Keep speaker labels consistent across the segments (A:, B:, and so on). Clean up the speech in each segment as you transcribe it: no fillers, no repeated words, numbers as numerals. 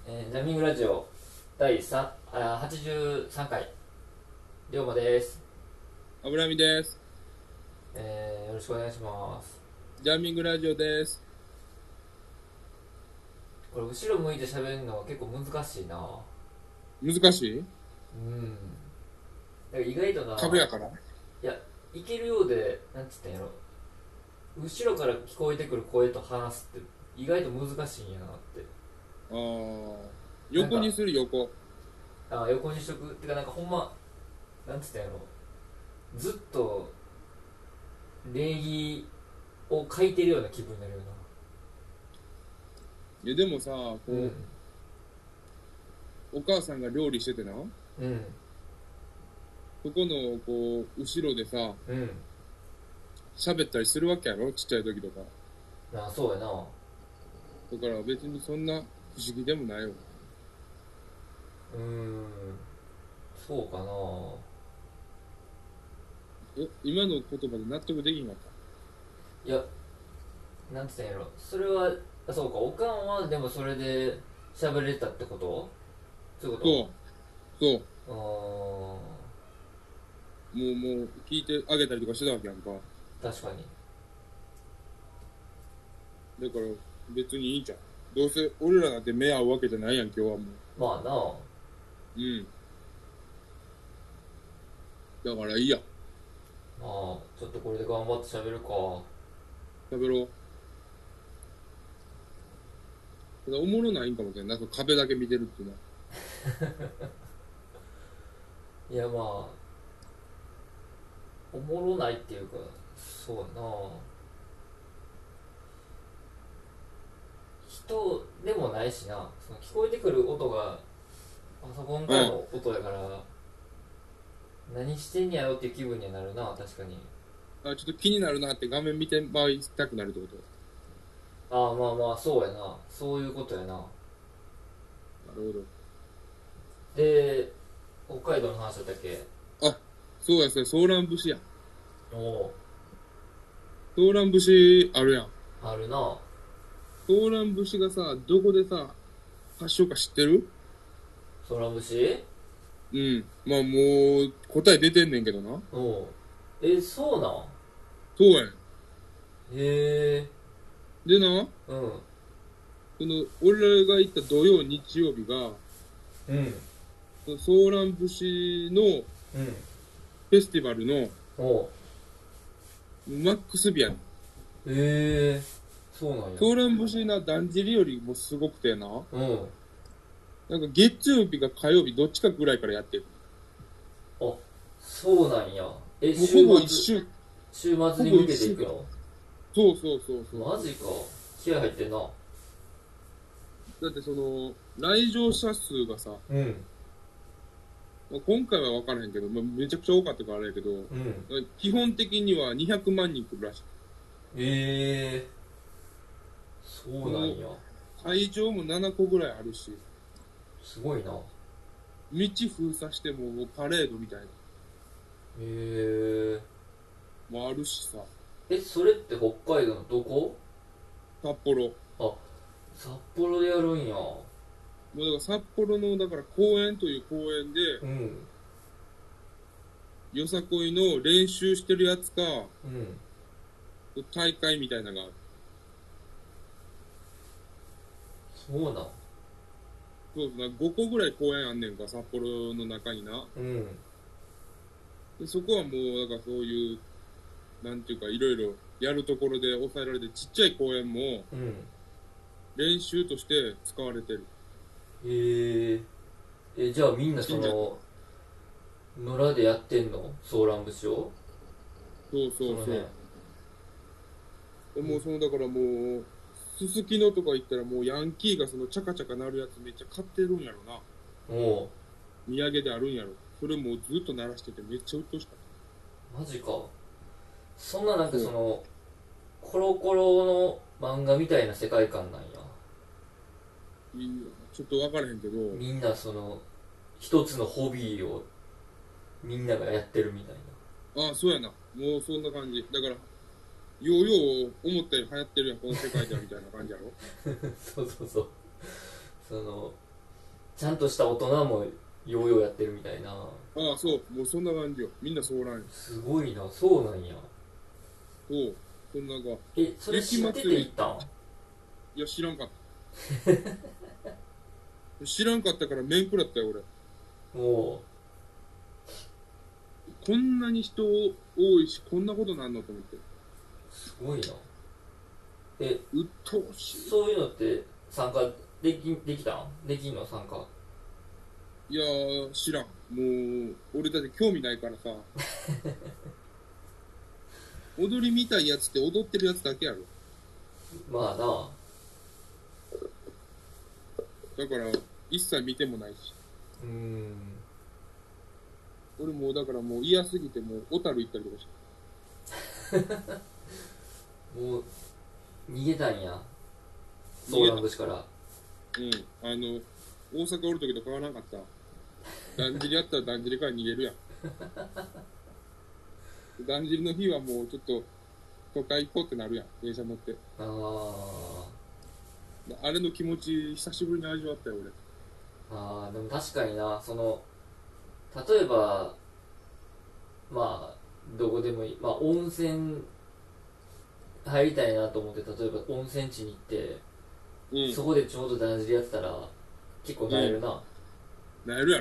A: ジャミングラジオ第83回龍馬です。
B: 油見です。
A: よろしくお願いします。
B: ジャミングラジオです。
A: これ後ろ向いて喋るのは結構難しいな。
B: 難しい？
A: だから意外とな、
B: 壁やから。
A: いや、いけるようで、なんつったんやろ、後ろから聞こえてくる声と話すって意外と難しいんやなって。
B: あー、横にする。横。
A: 横にしとくってか、なんかほんま、なんつったんやろ、ずっと礼儀を書いてるような気分になるよ
B: いやでもさ、こ
A: な。
B: う、お母さんが料理しててな、
A: うん
B: そこのこう後ろでさ、
A: うん。
B: 喋ったりするわけやろ、ちっちゃい時とか。
A: そうやな。
B: だから別にそんな不思議でもないよ。
A: そうかな。
B: 今の言葉で納得できんかっ
A: いや、なんつったんやろ、それは、そうか、おかんはでもそれで喋れたってこと？そういう
B: た。
A: こ
B: そう。
A: と？
B: もう聞いてあげたりとかしてたわけやんか。
A: 確かに。
B: だから別にいいんじゃん。どうせ俺らなんて目合うわけじゃないやん、今日はもう。
A: まあな。
B: うん。だからいいや。
A: まあちょっとこれで頑張って喋るか。
B: 喋ろう。ただおもろないんかもしれんない。なんか壁だけ見てるっていうのは。
A: いや、まあおもろないっていうか、そうやな、人でもないしな。その聞こえてくる音がパソコンからの音やから、何してんやろっていう気分にはなるな、確かに。
B: あ、ちょっと気になるなって画面見てまいたくなるってこと？
A: まあまあ、そうやな、そういうことやな。
B: なるほ
A: で、北海道の話だったっけ？
B: ど。あ、そうや、それ、ソーラン節や。
A: おお。
B: ソーラン節あるやん。
A: あるな。
B: ソーラン節がさ、どこでさ、発祥か知ってる？
A: 空節。
B: うん。まあもう、答え出てんねんけどな。
A: おお。そうなん？
B: そうやん。
A: へえ。
B: でな、
A: うん。
B: その、俺らが行った土曜、日曜日が、
A: うん。
B: そのソーラン節の
A: うん。
B: フェスティバルの
A: おう。
B: マックス日やねん。
A: へえ。そうなんや。
B: ソーラン節な、だんじりよりもすごくてな。
A: うん。
B: なんか月曜日か火曜日どっちかぐらいからやってる。
A: あ、そうなんや。
B: もうほぼ一週、
A: 週末に向けていくの？
B: そうそうそうそう。
A: マジか。気合入ってんな。
B: だってその、来場者数がさ、
A: うん。
B: まあ、今回は分からへんけど、まあ、めちゃくちゃ多かったからあれやけど、
A: うん。
B: 基本的には200万人来るらしい。
A: そうなんや。
B: 会場も7個ぐらいあるし、
A: すごいな。
B: 道封鎖してもパレードみたいな
A: へえ。
B: のもあるしさ、
A: それって北海道のどこ？
B: 札幌。
A: あ、札幌でやるんや。
B: もうだから札幌の、だから公園という公園で、
A: うん。
B: よさこいの練習してるやつか、
A: うん。
B: 大会みたいなのがある。
A: そうなん。
B: そうそう、5個ぐらい公園あんねんか、札幌の中にな。
A: うん。
B: でそこはもう、だからそういう、なんていうか、いろいろやるところで抑えられて、ちっちゃい公園も
A: うん。
B: 練習として使われてる。
A: へじゃあみんなそ
B: 神社。
A: の野良でやってんの？ソーラン節を？
B: そう
A: その辺。
B: そうそう。でもうその、だからもう、すすきのとか行ったらもうヤンキーがそのチャカチャカ鳴るやつめっちゃ買ってるんやろな。
A: おう。
B: 土産であるんやろ。それもうずっと鳴らしててめっちゃうっとうしかっ
A: マジか。そんななんか
B: た。そう。
A: そのコロコロの漫画みたいな世界観なんや。
B: いいよちょっとわからへんけど、
A: みんなその一つのホビーをみんながやってるみたい
B: ああ、そうやな。もうそんな感じ。だから、ようよう思ったより流行ってるやん、この世界ではみたいな感じやろ。
A: な。そうそうそう。そのちゃんとした大人もヨーヨーやってるみたいな。
B: ああ、そう。もうそんな感じよ。みんなそうなんよ。
A: すごいな。そうなんや。
B: そう。そんなが。
A: それ知ってて行ったん？
B: いや、知らんかった。知らんかったから面食らったよ、俺。
A: おう。
B: こんなに人多いし、こんなことなんのと思って。
A: すごいな。
B: うっとうしい。
A: そういうのって参加できたん？できんの参加？
B: いやー、知らん。もう、俺だって興味ないからさ。踊り見たいやつって踊ってるやつだけやろ。
A: まあな。
B: だから、一切見てもないし。俺もう、だからもう嫌すぎて、もう、小樽行ったりとかして。
A: もう逃げたんや、ソーラン節から。
B: うん。大阪おる時と変わらなかった。だんじりやったらだんじりから逃げるやん。だんじりの日はもうちょっと都会行こうってなるやん、電車乗って。あれの気持ち久しぶりに味わったよ、俺。
A: でも確かにな、例えばまあどこでもいい、まあ温泉入りたいなと思って、例えば温泉地に行って、
B: うん。
A: そこでちょうどだんじりやってたら結構なえるな。
B: なえるやろ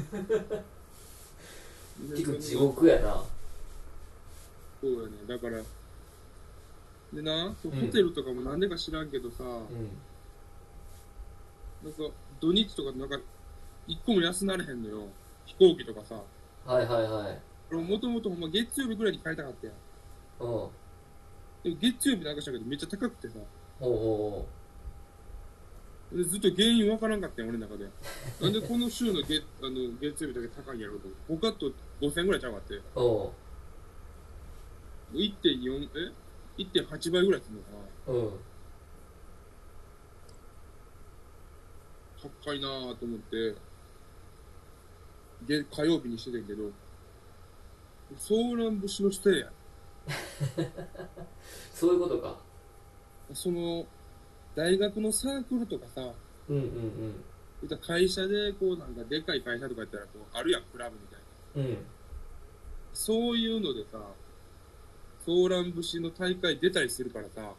A: 結構地獄やな。
B: そうやね。だから、でな、ホテルとかもなんでか知らんけどさ、なんか土日とかなんか一個も休まれへんのよ。飛行機とかさ。
A: はいはいはい。
B: 俺もともとほんま月曜日ぐらいに帰りたかったやん。でも月曜日なんかしたけどめっちゃ高くてさ。でずっと原因わからんかったやん、俺の中で。なんでこの週の月曜日だけ高いんやろうと。他と5000ぐらいちゃうかって。1.4、1.8 倍ぐらいするのかな。高いなぁと思って、火曜日にしてたけど、ソーラン節のせいや。
A: そういうことか。
B: 大学のサークルとかさ、会社でこうなんかでっかい会社とかやったらこうあるやん、クラブみたいな。そういうのでさ、ソーラン節の大会出たりするからさ、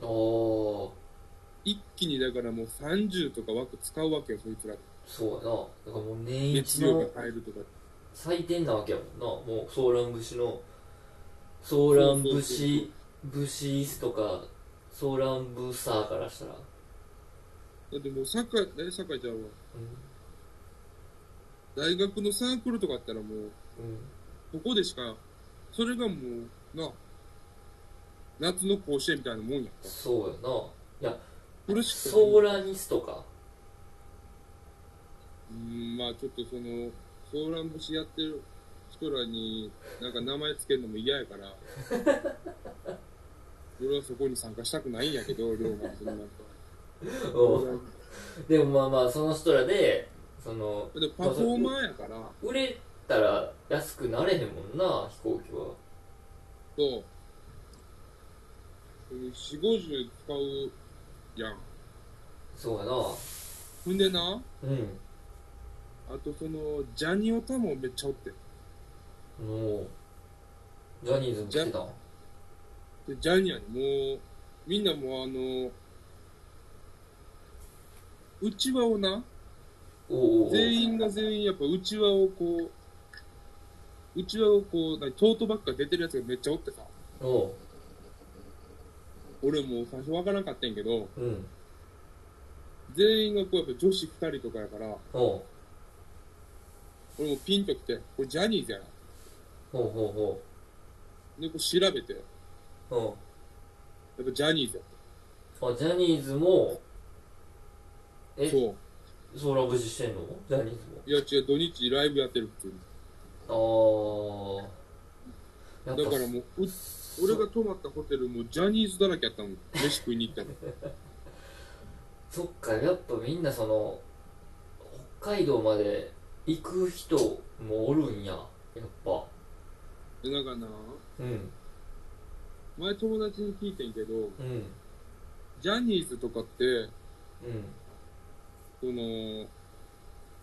B: 一気にだからもう30とか枠使うわけよ、そいつらで。
A: そうやな。だからもう年一
B: 月曜
A: の
B: 日入るとか。
A: 祭典なわけやもんな。もうソーラン節の、ソーラン節、節椅子とか、ソーランブサーからしたら。
B: だってもう堺ちゃうわ。大学のサークルとかあったらもう、ここでしか、それがもう、夏の甲子園みたいなもんやった。
A: そうやな。いや、
B: これしか
A: ソーラニストか。
B: まあちょっとソーラン節やってる人らになんか名前つけるのも嫌やから、俺はそこに参加したくないんやけど、龍馬そのなんか。
A: でもまあまあ、その人らで、
B: でパフォーマーやから。
A: 売れたら安くなれへんもんな、飛行機は。
B: そう。4、50使うやん。
A: そうやな。
B: ほんでな、あとジャニオタもめっちゃおって。
A: ジャニーズに来てたん？
B: で、ジャニアにもう、みんなもうちわをな、全員が全員やっぱうちわをこう、トートバッグが出てるやつがめっちゃおってさ。俺も最初わからんかったんやけど、全員がこうやっぱ女子2人とかやから、俺もピンときて、これジャニーズやな。で、こう調べて、やっぱジャニーズやっ
A: ジャニーズも、
B: そう。
A: ソーラン節してんの？ジャニーズも。
B: いや違う、土日ライブやってる普通に。だからもう、俺が泊まったホテルもジャニーズだらけやったもん。飯食いに行ったの。
A: そっか、やっぱみんな北海道まで行く人もおるんや、やっぱ。
B: だからな、前友達に聞いてんけど、ジャニーズとかって、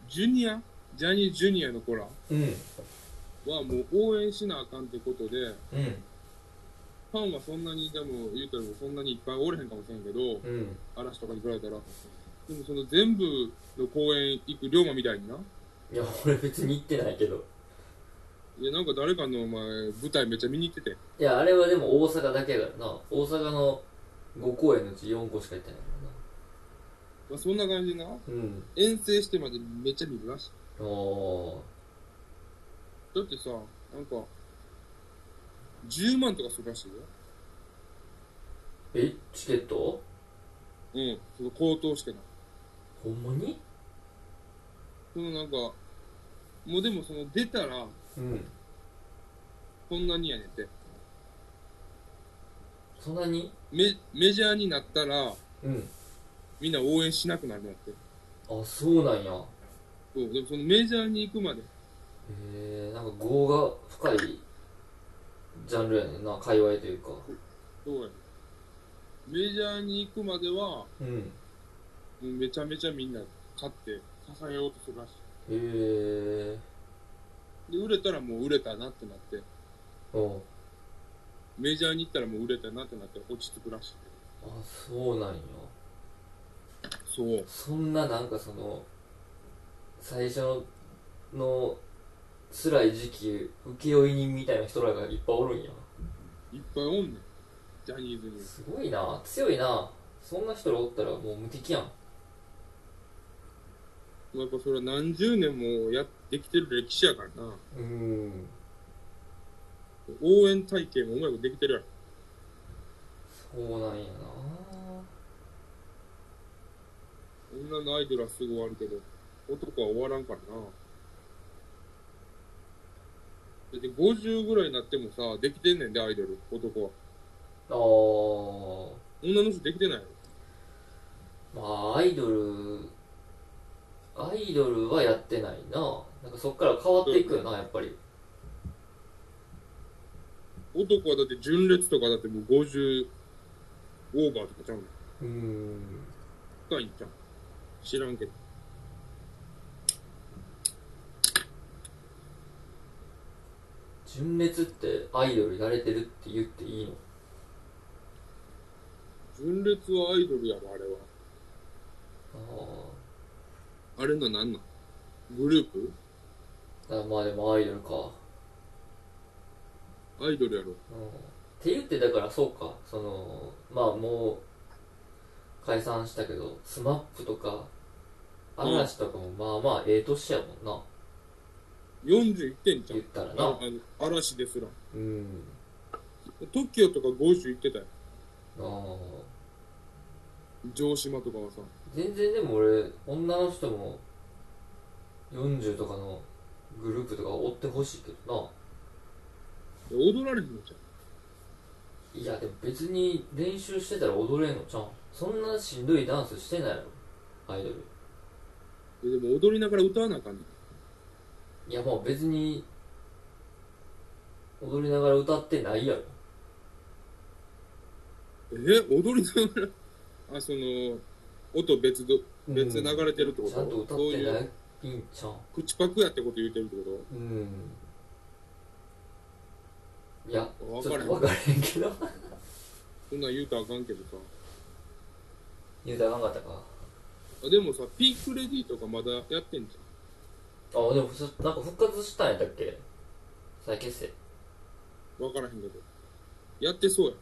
B: ジャニージュニアの子らはもう応援しなあかんってことで、ファンはそんなに、でも言うたらそんなにいっぱいおれへんかもしれんけど、嵐とかに比べたら。でもその全部の公演行く龍馬みたいにな。
A: いや、俺別に行ってないけど。
B: いや、なんか誰かのお前、舞台めっちゃ見に行ってて。
A: いや、あれはでも大阪だけだからな。大阪の5公演のうち4個しか行ってないからな。
B: まあ、そんな感じな。遠征してまでめっちゃ見るらしい。だってさ、なんか、10万とかするらしいよ。
A: チケット？
B: その高騰してな。
A: ほんまに？
B: そのなんか、もうでもその出たら、こんなにやねんて。
A: そんなに？
B: メジャーになったら、みんな応援しなくなるんだって。
A: あ、そうなんや。
B: そう、でもそのメジャーに行くまで。
A: なんか業が深いジャンルやねんな、界隈というか。
B: そうやね。メジャーに行くまでは、もうめちゃめちゃみんな買って支えようとするらしい。で、売れたらもう売れたなってなって、メジャーに行ったらもう売れたなってなって落ち着くらしい。
A: あ、そうなんや。
B: そう。
A: そんななんかその、最初の辛い時期、請負人みたいな人らがいっぱいおるんや。
B: いっぱいおんねん。ジャニーズに。
A: すごいな、強いな。そんな人らおったらもう無敵やん。
B: やっぱそれは何十年もやってきてる歴史やからな。応援体系もうまくできてるやろ。
A: そうなんやな。
B: 女のアイドルはすぐ終わるけど、男は終わらんからな。だって50ぐらいになってもさ、できてんねんで、アイドル、男は。女の人できてないよ。
A: まあ、アイドルはやってないな。なんかそっから変わっていくよな、やっぱり。
B: 男はだって純烈とかだってもう50オーバーとかちゃうの。深いんちゃう？知らんけど。
A: 純烈ってアイドルやれてるって言っていいの？
B: 純烈はアイドルやろ、あれは。あれのなんなんグループ？
A: まあでもアイドルか。
B: アイドルやろ。
A: って言ってだからそうか、そのまあもう解散したけどスマップとか嵐とかもまあまあええ年やもんな。
B: 40いってんじゃん。
A: 言ったらな。
B: 嵐ですら。
A: TOKIO
B: とか50いってたよ。
A: あ
B: 城島とかはさ。
A: 全然でも俺女の人も40とかのグループとか追ってほしいけどな。
B: 踊られへんのじゃ
A: ん。いやでも別に練習してたら踊れんのちゃん。そんなしんどいダンスしてないやろアイドル。
B: でも踊りながら歌わなあかんねん。
A: いやもう別に踊りながら歌ってないやろ。
B: 踊りながらその音別流れてるってこと？
A: ちゃんと歌ってないんちゃん。
B: 口パクやってこと言うてるってこと？
A: いやちょっと分からへんけど
B: そんなん言うたらあかんけどさ。
A: 言うたらあかんかったか。
B: でもさ、ピークレディとかまだやってんじ
A: ゃん。でもなんか復活したんやったっけ？再結成。
B: 分からへんけどやってそうや。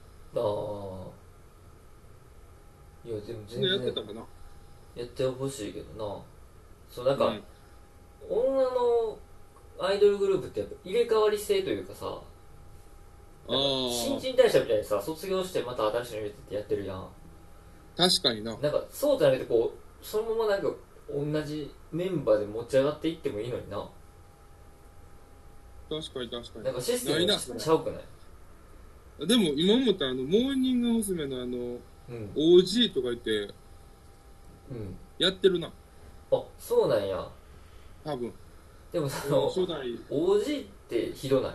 A: いやでも全然
B: やってたかな。
A: やってほしいけどな。そうなんか、女のアイドルグループってやっぱ入れ替わり制というかさ、新陳代謝みたいにさ、卒業してまた新しいの入れてってやってるやん。
B: 確かにな。
A: なんかそうじゃなくてこうそのままなんか同じメンバーで持ち上がっていってもいいのにな。
B: 確かに。
A: なんかシステムちゃうくない？
B: でも今思ったモーニング娘。のOG とか言ってやってるな。
A: あ、そうなんや。
B: 多分。
A: でもその OG ってひどない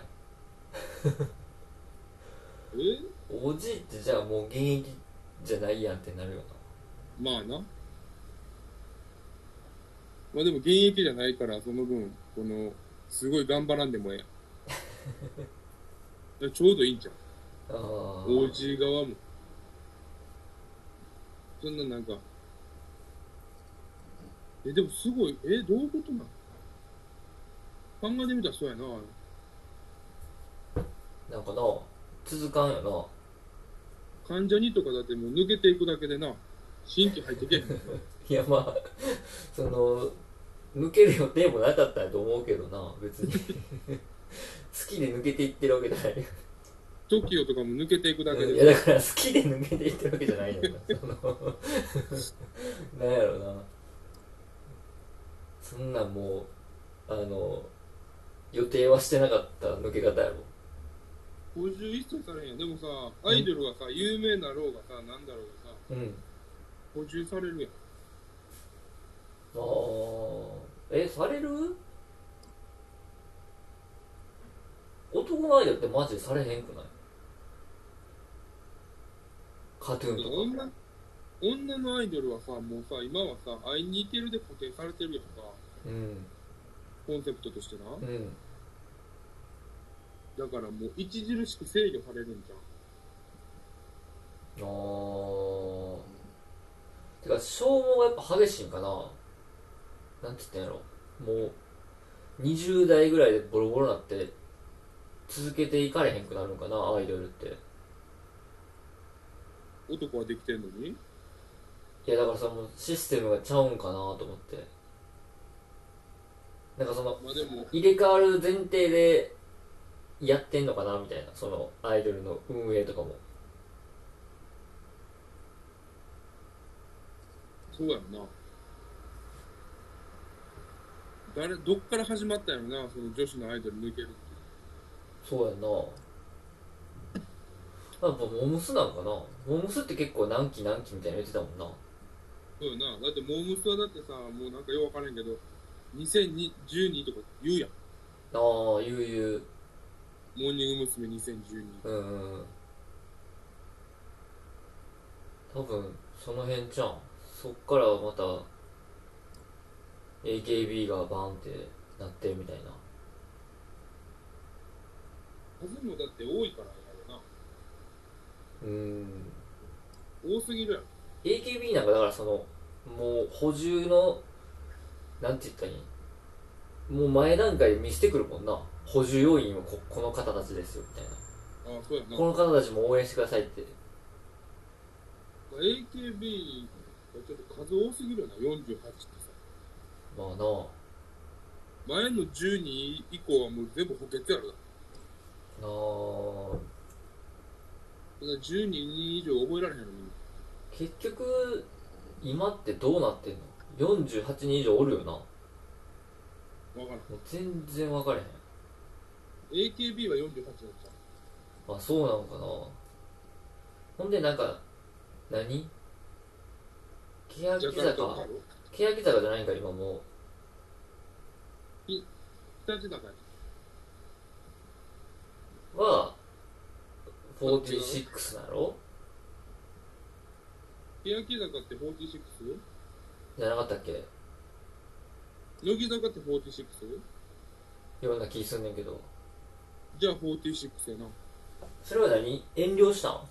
A: ？OG ってじゃあもう現役じゃないやんってなるよ
B: な。まあな。 まあでも現役じゃないから、その分、すごい頑張らんでもええやん。ちょうどいいんじゃん。OG 側も。そんななんか、でもすごい、どういうことなの？考えてみたらそうやな。
A: なんかな、続かんよな。
B: 関ジャニとかだってもう抜けていくだけでな、新規入ってけへん。
A: いやまあ、抜ける予定もなかったんやと思うけどな、別に。好きで抜けていってるわけじゃないよ。
B: TOKIO とかも抜けていくだけで。
A: いやだから好きで抜けていってるわけじゃないよな。なんやろな。そんなんもう、予定はしてなかった抜け方やろ。
B: 補充一切されへんやん。でもさ、アイドルがさ、有名なろうがさ、なんだろうがさ、補充されるやん。
A: される？男のアイドルってマジでされへんくない？カトゥーンとか。
B: 女のアイドルはさ、もうさ、今はさ、会いに行けるで固定されてるやんか。コンセプトとしてな。だからもう著しく制御されるんじゃん。
A: てか消耗がやっぱ激しいんかな。なんて言ったんやろ。もう20代ぐらいでボロボロなって続けていかれへんくなるんかな、アイドルって。
B: 男はできてんのに？
A: いやだからそのシステムがちゃうんかなと思って。なんか入れ替わる前提でやってんのかなみたいな、そのアイドルの運営とかも。
B: そうやんな。どっから始まったんやろな、その女子のアイドル抜けるって。
A: そうやんな。やっぱモムスなんかな。モムスって結構何期何期みたいな言ってたもんな。
B: そうやな。だってモームスはだってさ、もうなんかよくわからんけど、2012とか言うやん。
A: 言う。
B: モーニング娘。2012。
A: 多分その辺じゃん。そっからまた AKB がバーンってなってみたいな。
B: 数もだって多いからやるな。多すぎるやん。
A: AKB なんかだからもう補充のなんて言ったらいい、もう前段階で見せてくるもんな。補充要員はこの方たちですよみたいな。
B: そうやな。こ
A: の方たちも応援してくださいって。
B: AKB がちょっと数多すぎるよな、48ってさ。
A: まあな。
B: 前の12以降はもう全部補欠やろな。12人以上覚えられへんのみんな。
A: 結局今ってどうなってんの？48人以上おるよな。
B: 分からん。もう
A: 全然分かれへん。
B: AKB は48だった。
A: あ、そうなのかな。ほんでなんか何？欅坂じゃないんか今もう。
B: 日立坂
A: は46なんやろ。
B: 欅坂って 46？
A: じゃなかったっけ？
B: 乃木坂って 46？
A: ような気すんねんけど。
B: じゃあ46やな。
A: それは何？遠慮したん？だか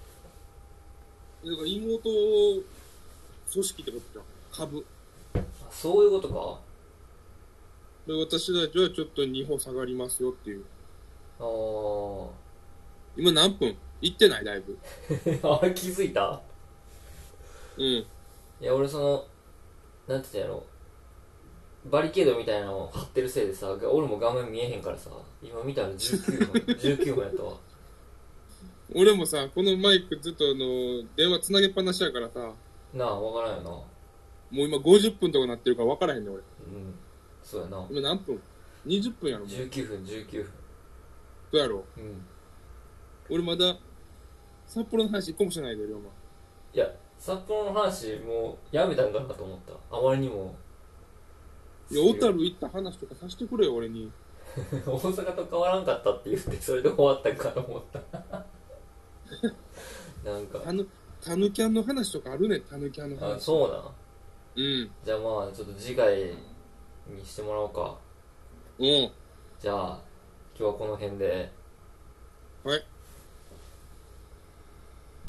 B: ら妹組織ってことじゃん。株。
A: そういうことか。
B: で私たちはちょっと2歩下がりますよっていう。今何分？行ってないだいぶ。
A: あ、気づいた？いや俺なんて言ったんやろ、バリケードみたいなのを張ってるせいでさ、俺も画面見えへんからさ、今見たら19分やったわ。
B: 俺もさ、このマイクずっと電話つなげっぱなしやからさ。
A: なあ、分からんよな。も
B: う今50分とかなってるから分からへんね俺。
A: そうやな。
B: 今何分？ 20 分やろもう。
A: 19分。
B: そうやろ。俺まだ札幌の話1個もしてないで、龍馬。
A: いや、札幌の話もうやめたんかなと思った。あまりにも。
B: いや、小樽行った話とかさせてくれよ俺に。
A: 大阪と変わらんかったって言ってそれで終わったんかと思った。なんか
B: タヌキャンの話とかあるね。タヌキャンの話。
A: あ、そうな。じゃあまあちょっと次回にしてもらおうか。
B: うん。
A: じゃあ今日はこの辺で。
B: はい。